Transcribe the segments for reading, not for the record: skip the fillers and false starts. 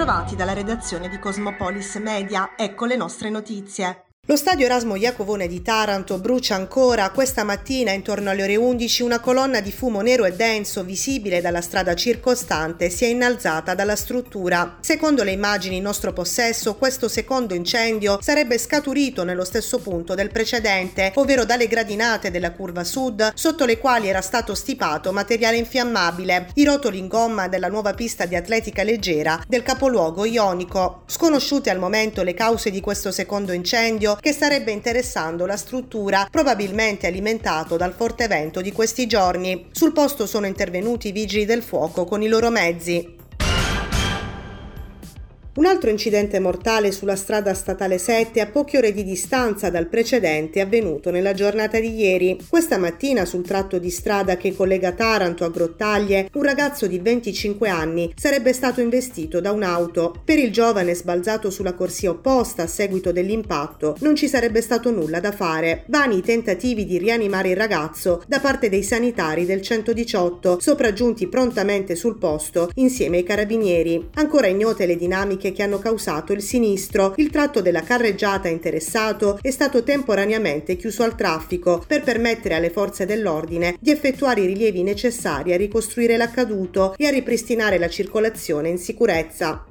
Bentrovati dalla redazione di Cosmopolis Media, ecco le nostre notizie. Lo stadio Erasmo Iacovone di Taranto brucia ancora. Questa mattina, intorno alle ore 11, una colonna di fumo nero e denso, visibile dalla strada circostante, si è innalzata dalla struttura. Secondo le immagini in nostro possesso, questo secondo incendio sarebbe scaturito nello stesso punto del precedente, ovvero dalle gradinate della curva sud, sotto le quali era stato stipato materiale infiammabile, i rotoli in gomma della nuova pista di atletica leggera del capoluogo ionico. Sconosciute al momento le cause di questo secondo incendio, che starebbe interessando la struttura, probabilmente alimentato dal forte vento di questi giorni. Sul posto sono intervenuti i vigili del fuoco con i loro mezzi. Un altro incidente mortale sulla strada statale 7 a poche ore di distanza dal precedente è avvenuto nella giornata di ieri. Questa mattina sul tratto di strada che collega Taranto a Grottaglie, un ragazzo di 25 anni sarebbe stato investito da un'auto. Per il giovane sbalzato sulla corsia opposta a seguito dell'impatto non ci sarebbe stato nulla da fare. Vani i tentativi di rianimare il ragazzo da parte dei sanitari del 118, sopraggiunti prontamente sul posto insieme ai carabinieri. Ancora ignote le dinamiche che hanno causato il sinistro. Il tratto della carreggiata interessato è stato temporaneamente chiuso al traffico per permettere alle forze dell'ordine di effettuare i rilievi necessari a ricostruire l'accaduto e a ripristinare la circolazione in sicurezza.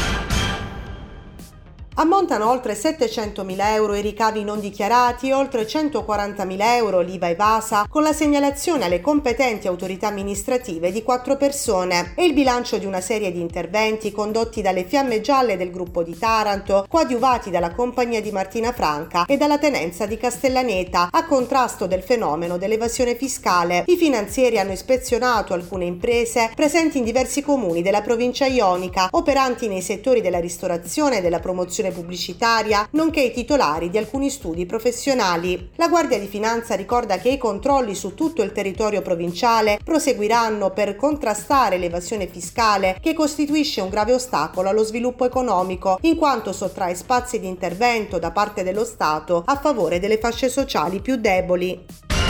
Ammontano oltre 700.000 euro i ricavi non dichiarati e oltre 140.000 euro l'IVA evasa con la segnalazione alle competenti autorità amministrative di 4 persone. È il bilancio di una serie di interventi condotti dalle Fiamme Gialle del gruppo di Taranto, coadiuvati dalla compagnia di Martina Franca e dalla tenenza di Castellaneta, a contrasto del fenomeno dell'evasione fiscale. I finanzieri hanno ispezionato alcune imprese presenti in diversi comuni della provincia ionica, operanti nei settori della ristorazione e della promozione pubblicitaria, nonché i titolari di alcuni studi professionali. La Guardia di Finanza ricorda che i controlli su tutto il territorio provinciale proseguiranno per contrastare l'evasione fiscale, che costituisce un grave ostacolo allo sviluppo economico, in quanto sottrae spazi di intervento da parte dello Stato a favore delle fasce sociali più deboli.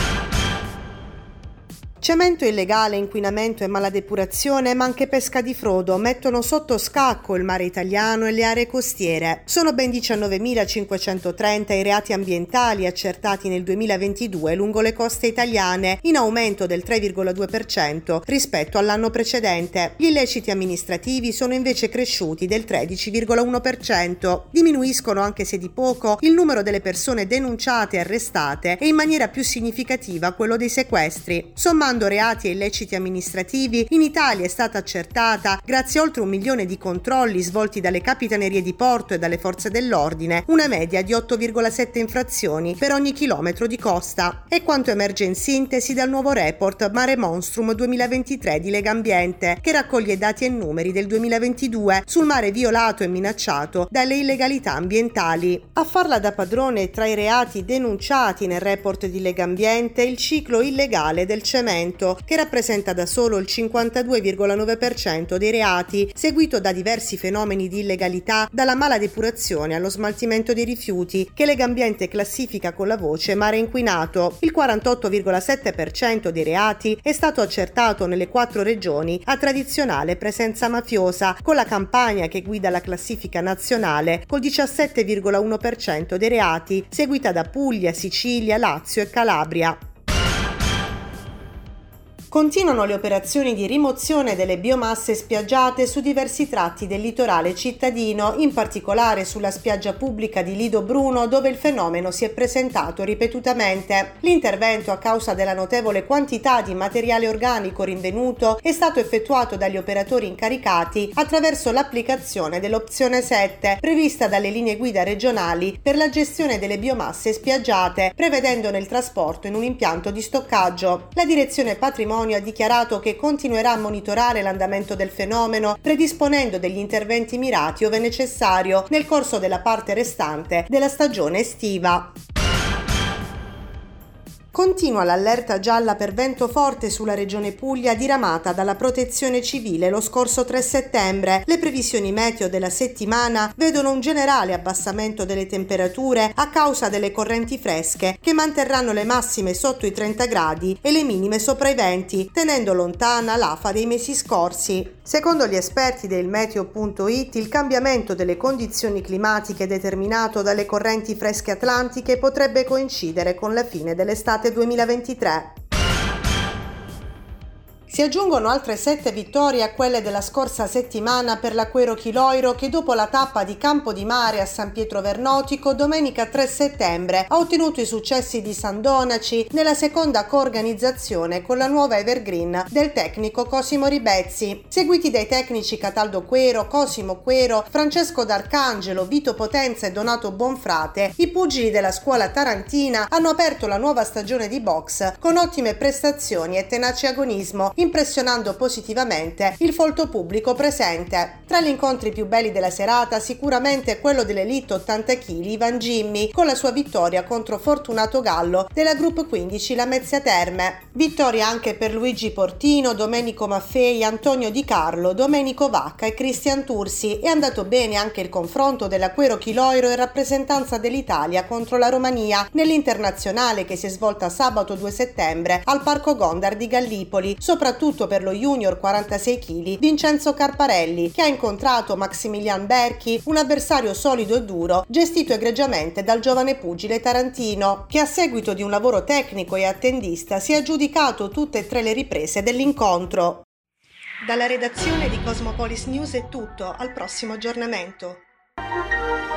Cemento illegale, inquinamento e maladepurazione, ma anche pesca di frodo mettono sotto scacco il mare italiano e le aree costiere. Sono ben 19.530 i reati ambientali accertati nel 2022 lungo le coste italiane, in aumento del 3,2% rispetto all'anno precedente. Gli illeciti amministrativi sono invece cresciuti del 13,1%. Diminuiscono, anche se di poco, il numero delle persone denunciate e arrestate e in maniera più significativa quello dei sequestri. Sommando reati e illeciti amministrativi, in Italia è stata accertata, grazie a oltre 1 milione di controlli svolti dalle capitanerie di porto e dalle forze dell'ordine, una media di 8,7 infrazioni per ogni chilometro di costa. È quanto emerge in sintesi dal nuovo report Mare Monstrum 2023 di Legambiente, che raccoglie dati e numeri del 2022 sul mare violato e minacciato dalle illegalità ambientali. A farla da padrone tra i reati denunciati nel report di Legambiente il ciclo illegale del cemento, che rappresenta da solo il 52,9% dei reati, seguito da diversi fenomeni di illegalità, dalla maladepurazione allo smaltimento dei rifiuti, che Legambiente classifica con la voce mare inquinato. Il 48,7% dei reati è stato accertato nelle 4 regioni a tradizionale presenza mafiosa, con la Campania che guida la classifica nazionale col 17,1% dei reati, seguita da Puglia, Sicilia, Lazio e Calabria. Continuano le operazioni di rimozione delle biomasse spiaggiate su diversi tratti del litorale cittadino, in particolare sulla spiaggia pubblica di Lido Bruno, dove il fenomeno si è presentato ripetutamente. L'intervento, a causa della notevole quantità di materiale organico rinvenuto, è stato effettuato dagli operatori incaricati attraverso l'applicazione dell'opzione 7, prevista dalle linee guida regionali per la gestione delle biomasse spiaggiate, prevedendone il trasporto in un impianto di stoccaggio. La direzione patrimonio ha dichiarato che continuerà a monitorare l'andamento del fenomeno, predisponendo degli interventi mirati ove necessario nel corso della parte restante della stagione estiva. Continua l'allerta gialla per vento forte sulla regione Puglia diramata dalla Protezione Civile lo scorso 3 settembre. Le previsioni meteo della settimana vedono un generale abbassamento delle temperature a causa delle correnti fresche che manterranno le massime sotto i 30 gradi e le minime sopra i 20, tenendo lontana l'afa dei mesi scorsi. Secondo gli esperti del Meteo.it, il cambiamento delle condizioni climatiche determinato dalle correnti fresche atlantiche potrebbe coincidere con la fine dell'estate 2023. Si aggiungono altre 7 vittorie a quelle della scorsa settimana per l'Acquero Chiloiro che dopo la tappa di Campodimare a San Pietro Vernotico domenica 3 settembre ha ottenuto i successi di San Donaci nella seconda coorganizzazione con la nuova Evergreen del tecnico Cosimo Ribezzi. Seguiti dai tecnici Cataldo Quero, Cosimo Quero, Francesco D'Arcangelo, Vito Potenza e Donato Bonfrate, i pugili della scuola tarantina hanno aperto la nuova stagione di box con ottime prestazioni e tenace agonismo, impressionando positivamente il folto pubblico presente. Tra gli incontri più belli della serata sicuramente quello dell'Elite 80 kg Ivan Jimmy con la sua vittoria contro Fortunato Gallo della Group 15 Lamezia Terme. Vittoria anche per Luigi Portino, Domenico Maffei, Antonio Di Carlo, Domenico Vacca e Cristian Tursi. È andato bene anche il confronto dell'Acquero Chiloiro in rappresentanza dell'Italia contro la Romania nell'internazionale che si è svolta sabato 2 settembre al Parco Gondar di Gallipoli, soprattutto per lo junior 46 kg Vincenzo Carparelli, che ha incontrato Maximilian Berchi, un avversario solido e duro, gestito egregiamente dal giovane pugile tarantino, che a seguito di un lavoro tecnico e attendista si è aggiudicato tutte e 3 le riprese dell'incontro. Dalla redazione di Cosmopolis News è tutto, al prossimo aggiornamento.